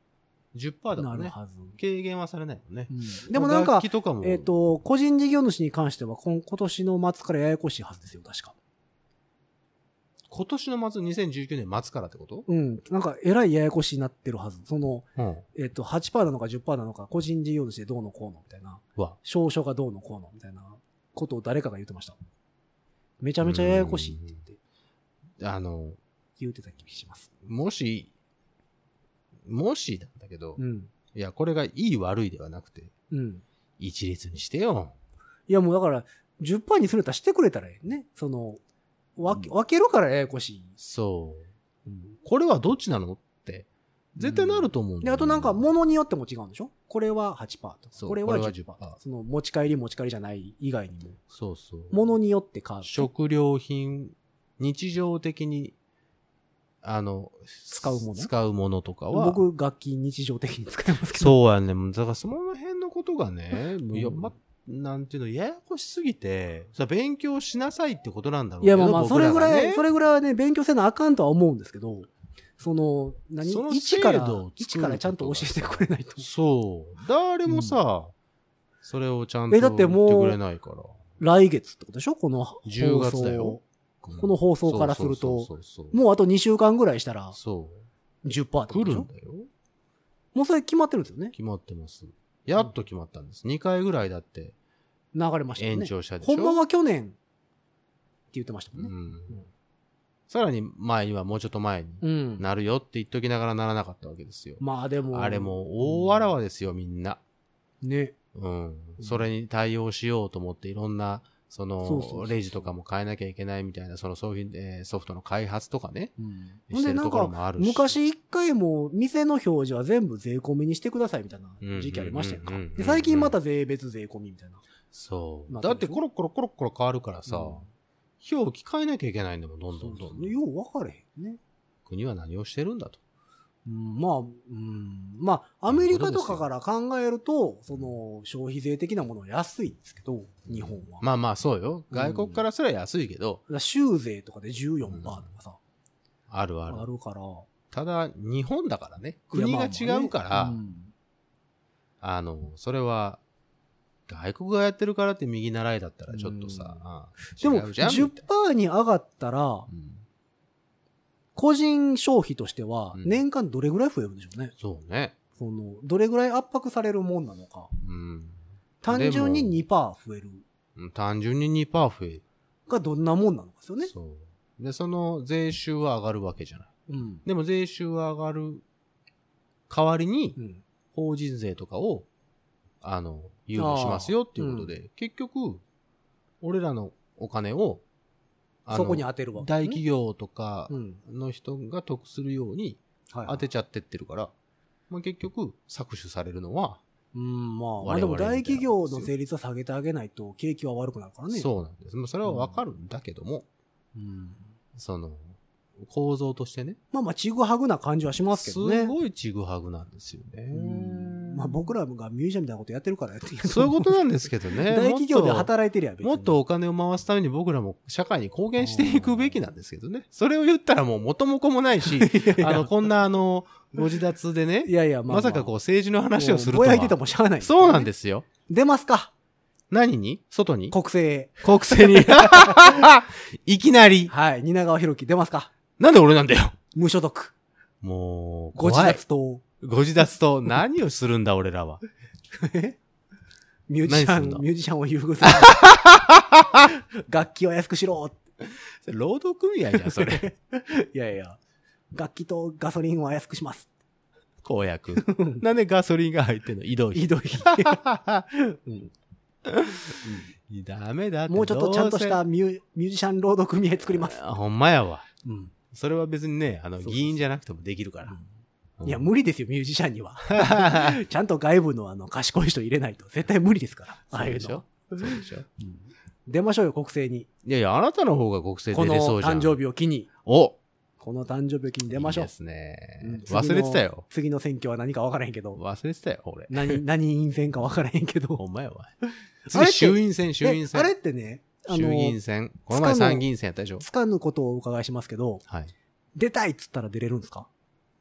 10% だもんね。なるはず。軽減はされないもんね。 でもなんか、個人事業主に関しては今年の末からややこしいはずですよ、確か。 今年の末、2019年末からってこと？ なんか、えらいややこしになってるはず。8% なのか 10% なのか、個人事業主でどうのこうのみたいな。証書がどうのこうのみたいなことを誰かが言ってました。めちゃめちゃややこしいって言って。言うてた気がします。もしなんだけど、いや、これがいい悪いではなくて、一律にしてよ。いや、もうだから、10% にするとしてくれたらいいね。分けるからややこしい。そう。これはどっちなのって、絶対なると思うんだよ、ね。で、あとなんか、物によっても違うんでしょ？これは 8% と。これは 10%。持ち帰りじゃない以外にも。そうそう。物によって変わる。食料品、日常的に、使うものとかは。僕、楽器日常的に使いますけど。そうやね。だからその辺のことがね、なんていうの、ややこしすぎて、勉強しなさいってことなんだろうけど。いや、まあそれぐらいはね、勉強せなあかんとは思うんですけど、一からちゃんと教えてくれないと。そう。誰もさ、それをちゃんと言ってくれないから。来月ってことでしょ？この10月だよ。この放送からすると、もうあと2週間ぐらいしたら、10% ってことでしょ？来るんだよ。もうそれ決まってるんですよね。決まってます。やっと決まったんです。2回ぐらいだって。流れましたね。延長したでしょ。ほんまは去年って言ってましたもんね。さらに前にはもうちょっと前になるよって言っときながらならなかったわけですよ。まあでも。あれも大わらわですよ、みんな。ね。それに対応しようと思っていろんな、レジとかも変えなきゃいけないみたいな、ソフトの開発とかね。してるところもあるし。昔一回も店の表示は全部税込みにしてくださいみたいな時期ありましたよね。最近また税別税込みみたいな。そう。だってコロコロ変わるからさ、表記変えなきゃいけないんだもん、どんどん。よう分かれへんね。国は何をしてるんだと。まあ、アメリカとかから考えると、消費税的なものは安いんですけど、日本は。まあまあ、そうよ。外国からすら安いけど。州税とかで 14% とかさ。あるある。あるから。ただ、日本だからね。国が違うから、それは、外国がやってるからって右習いだったらちょっとさ、でも 10% に上がったら、個人消費としては年間どれぐらい増えるんでしょうね。そうね。どれぐらい圧迫されるもんなのか。単純に 2% 増える。単純に 2% 増える。がどんなもんなのかですよね。そう。で、その税収は上がるわけじゃない。でも税収は上がる代わりに、法人税とかを、有利しますよっていうことで、結局、俺らのお金を、そこに当てるわけ、ね。大企業とかの人が得するように当てちゃってってるから、まあ、結局搾取されるのは、まあでも大企業の税率は下げてあげないと景気は悪くなるからね。そうなんです。それはわかるんだけども、構造としてね。まあちぐはぐな感じはしますけどね。すごいちぐはぐなんですよね。まあ僕らがミュージシャンみたいなことやってるからやってる。そういうことなんですけどね。大企業で働いてりゃ別に。もっとお金を回すために僕らも社会に貢献していくべきなんですけどね。それを言ったらもう元も子もないし、こんなご自立でね。いやいや、まさか政治の話をするとは。ぼやいててもしゃあない。そうなんですよ。出ますか。何に？外に？国政に。いきなり。はい。蜷川博樹出ますか。なんで俺なんだよ。無所属。もう、ご自立と何をするんだ俺らは。ミュージシャンを優遇する。楽器を安くしろ。労働組合じゃん、それ。いやいや。楽器とガソリンを安くします。公約。なんでガソリンが入ってんの？移動費。ダメだって。もうちょっとちゃんとしたミュージシャン労働組合作ります。ほんまやわ。それは別にね、議員じゃなくてもできるから。いや、無理ですよ、ミュージシャンには。ちゃんと外部の賢い人入れないと絶対無理ですから。ああいうの。そうでしょ。出ましょうよ、国政に。いやいや、あなたの方が国政出れそうじゃん。この誕生日を機に。この誕生日を機に出ましょう。いいですね。忘れてたよ。次の選挙は何か分からへんけど。忘れてたよ、俺。何院選か分からへんけど。お前は。次、衆院選。あれってね、衆議院選。この前参議院選やったでしょ。つかぬことをお伺いしますけど、出たいっつったら出れるんですか？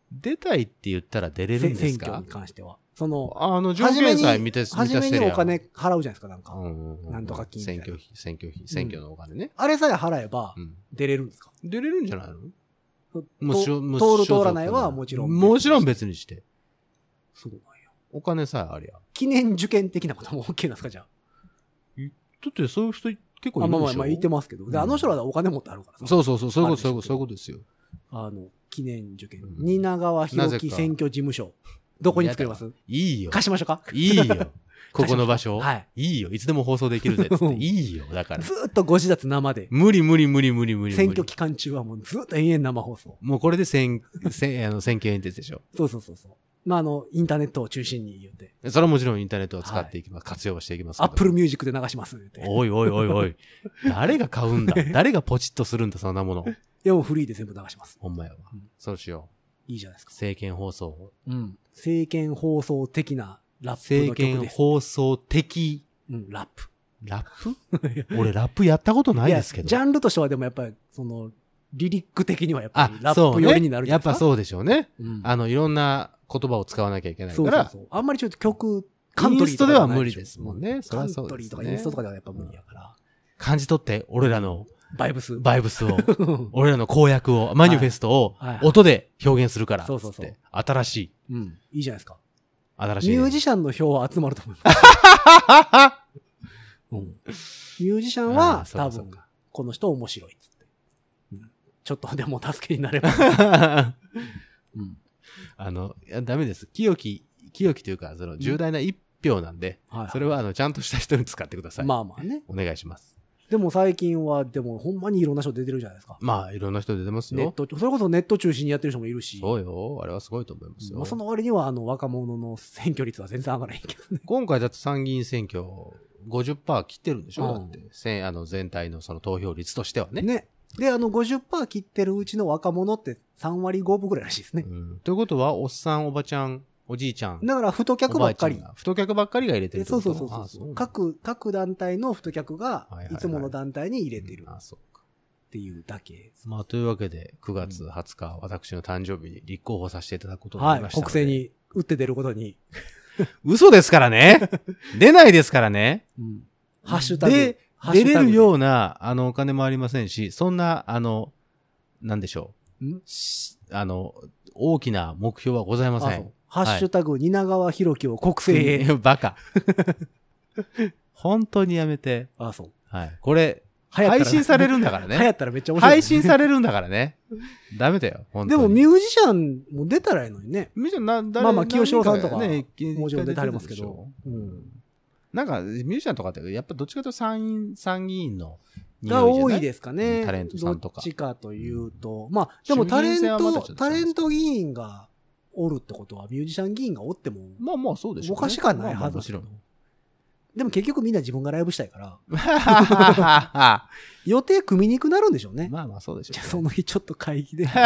出たいって言ったら出れるんですか？ 選挙に関しては。その、 条件さえ満たして初めにお金払うじゃないですか、なんか。なんとか金選挙費、選挙のお金ね。 あれさえ払えば、出れるんですか？ 出れるんじゃないの？ 通る通らないはもちろん。 もちろん別にして。 そうなんや。 お金さえありゃ。 記念受験的なことも OK なんですか、じゃあ。 だってそういう人結構いるでしょ。 まあ言ってますけど。で、あの人らはお金持ってあるからさ。 そういうことですよ。 記念受験。蜷川博樹選挙事務所。どこに作れます？ いいよ。 貸しましょうか？ いいよ。ここの場所。 はい。 いいよ。いつでも放送できるぜって。いいよ。だから。 ずーっとご自立生で。 無理。 選挙期間中はもうずーっと延々生放送。 もうこれで選挙演説でしょ。 そう。まあインターネットを中心に言って。 それはもちろんインターネットを使っていきます。活用していきます。 Apple Music で流します。 おい。誰が買うんだ？誰がポチッとするんだ、そんなもの。 いやもうフリーで全部流します。 ほんまやわ。そうしよう。いいじゃないですか。 政見放送。 政見放送的なラップの曲です。 政見放送的。 ラップ。 ラップ俺ラップやったことないですけど。 ジャンルとしてはでもやっぱり、リリック的にはやっぱりラップ寄りになるじゃないですか。 やっぱそうでしょうね。いろんな言葉を使わなきゃいけないから。 そう。あんまりちょっと曲、 カントリーとかでは無理ですもんね。 カントリーとかインストとかではやっぱ無理やから。 感じ取って、俺らのバイブスを、俺らの公約を、マニフェストを音で表現するから。 そう。 新しい。 いいじゃないですか。 新しい。 ミュージシャンの票は集まると思います。ミュージシャンは多分、この人面白いっつって。ちょっとでも助けになれば。 ダメです。清きというか、重大な一票なんで、それはちゃんとした人に使ってください。 まあね。 お願いします。 でも最近は、ほんまにいろんな人出てるじゃないですか。 まあ、いろんな人出てますよ。 それこそネット中心にやってる人もいるし。 そうよ。あれはすごいと思いますよ。 その割には、若者の選挙率は全然上がらへんけどね。 今回だって参議院選挙、50% 切ってるんでしょ？だって。全体のその投票率としてはね。 ね。で、50% 切ってるうちの若者って3割5分ぐらいらしいですね。 ということは、おっさん、おばちゃん、おじいちゃん。 だから太客ばっかり。 太客ばっかりが入れてるってこと。 そう。各団体の太客が、いつもの団体に入れてる。っていうだけ。 まあ、というわけで、9月20日、私の誕生日に立候補させていただくことになりましたので。 国政に打って出ることに。 嘘ですからね。出ないですからね。 ハッシュタグ。 で、出れるような、お金もありませんし、そんな、なんでしょう。大きな目標はございません。 ハッシュタグ、蜷川博樹を国政へ。 バカ。本当にやめて。 そう。 はい。これ、配信されるんだからね。 流行ったらめっちゃ面白い。 配信されるんだからね。ダメだよ。本当に。 でもミュージシャンも出たらいいのにね。 ミュージシャンまあ、清志郎さんとか、ね、もちろん出てはりますけど。 なんか、ミュージシャンとかって、やっぱどっちかというと参議院のが多いですかね。 タレントさんとか。 どっちかというと。まあ、でもタレント議員がおるってことは、ミュージシャン議員がおっても、 まあそうでしょう。 おかしくはないはず。もちろん。でも結局みんな自分がライブしたいから。予定組みにくくなるんでしょうね。 まあそうでしょう、 その日ちょっと会議で。ち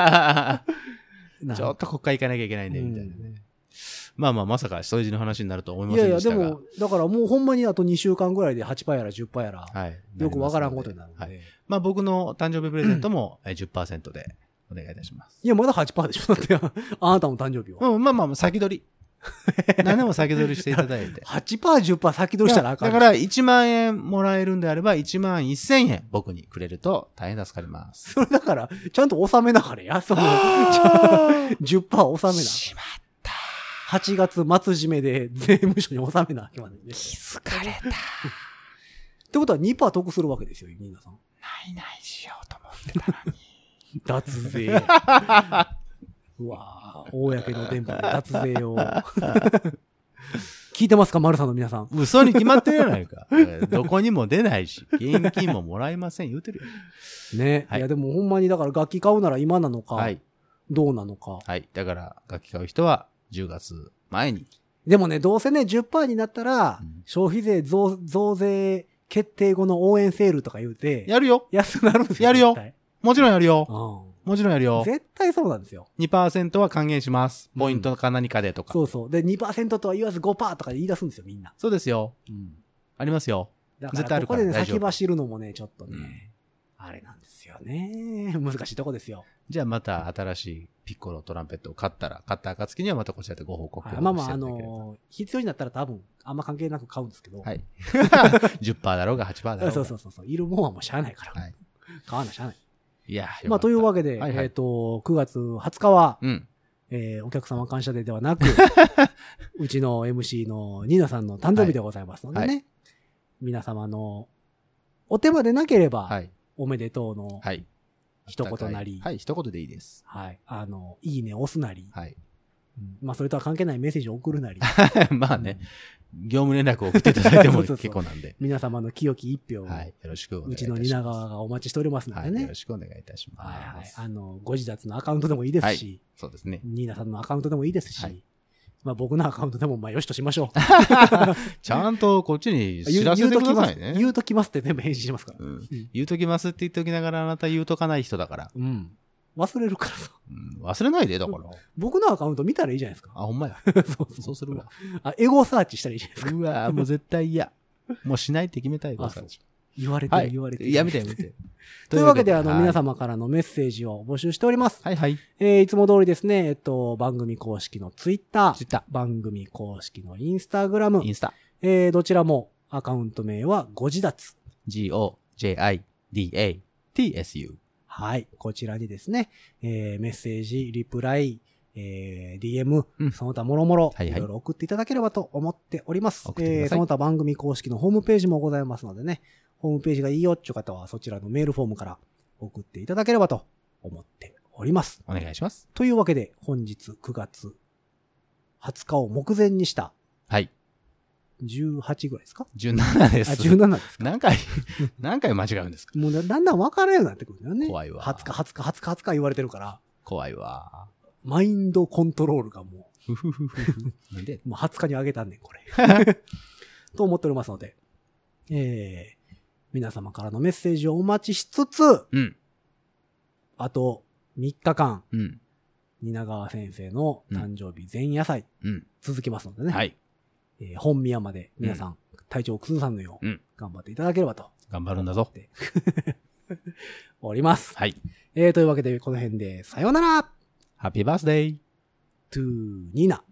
ょっと国会行かなきゃいけないんで、みたいなね。まさか、政治の話になると思いませんでしたが。いや、 でも、だからもうほんまにあと2週間ぐらいで8%やら10%やら、よくわからんことになるので。 まあ僕の誕生日プレゼントも 10% でお願いいたします。 いや、まだ 8% でしょだって、あなたの誕生日は。 まあ、先取り。何でも先取りしていただいて。 8%、10% 先取りしたらあかん。 だから1万円もらえるんであれば1万1000円僕にくれると大変助かります。 それだから、ちゃんと納めながらや、10% 納めな。 しまった。 8月末締めで税務署に納めなわけまでね。 気づかれた。 ってことは 2% 得するわけですよ、皆さん。 ないしようと思ってたのに。 脱税。うわぁ、公の電波で脱税を。聞いてますか、丸さんの皆さん。 嘘に決まってるやないか。どこにも出ないし、現金ももらえません言うてるよ。 ね。いや、でもほんまにだから楽器買うなら今なのか、どうなのか。 はい。だから楽器買う人は10月前に。 でもね、どうせね、10% になったら、消費税増税決定後の応援セールとか言うて。 やるよ。 安くなるんですよ。 やるよ。もちろんやるよ。もちろんやるよ。 絶対そうなんですよ。 2% は還元します。ポイントか何かでとか。 そう。で、2% とは言わず 5% とかで言い出すんですよ、みんな。 そうですよ。ありますよ。 絶対あるから。ここでね、先走るのもね、ちょっとね、 あれなんですよね。難しいとこですよ。 じゃあまた新しいピッコロトランペットを買った暁にはまたこちらでご報告をしていただければ。 必要になったら多分、あんま関係なく買うんですけど。 はい。10% だろうが 8% だろうが。 そう。いるもんはもうしゃあないから。はい。買わなしゃあない。 いや、 まあというわけで、9月20日は、お客様感謝デーではなく、うちの MC のニーナさんの誕生日でございますのでね。皆様のお手間でなければ、おめでとうの一言なり。 はい、一言でいいです。 はい。いいね押すなり。はい。まあそれとは関係ないメッセージを送るなり。 まあね。業務連絡を送っていただいても結構なんで。 皆様の清き一票を。 はい。よろしくお願いいたします。うちの蜷川がお待ちしておりますのでね。 よろしくお願いいたします。 はい。ご自立のアカウントでもいいですし。 そうですね。 ニーナさんのアカウントでもいいですし。まあ僕のアカウントでもまあよしとしましょう。 ちゃんとこっちに知らせてくださいね。 言うときますって全部返信しますから。 言うときますって言っておきながらあなた言うとかない人だから。 忘れるからさ。 忘れないで、だから。 僕のアカウント見たらいいじゃないですか。 あ、ほんまや。そうするわ。 エゴサーチしたらいいじゃないですか。 うわもう絶対嫌。もうしないって決めたい、エゴサーチ。 言われて。 やめて。 というわけで、皆様からのメッセージを募集しております。 はい。 いつも通りですね、番組公式のツイッター、番組公式のインスタグラム、どちらもアカウント名はご自立。 GOJIDATSU。 はい。こちらにですね、メッセージ、リプライ、DM、その他もろもろ、いろいろ送っていただければと思っております。その他番組公式のホームページもございますのでね、ホームページがいいよっていう方はそちらのメールフォームから送っていただければと思っております。 お願いします。 というわけで、本日9月20日を目前にした。 はい。 18ぐらいですか ?17 です。 17ですか何回間違うんですか？ もうだんだん分からんようになってくるんだよね。 怖いわ。 20日言われてるから。 怖いわ。 マインドコントロールがもう。 なんでもう20日にあげたんねん、これ。と思っておりますので。皆様からのメッセージをお待ちしつつ、あと3日間、蜷川先生の誕生日前夜祭、続きますのでね。はい。本宮まで皆さん、体調を崩さんのよう、頑張っていただければと。 頑張るんだぞ。 おります。 はい。 というわけで、この辺で、さようならハッピーバースデートゥーニーナ。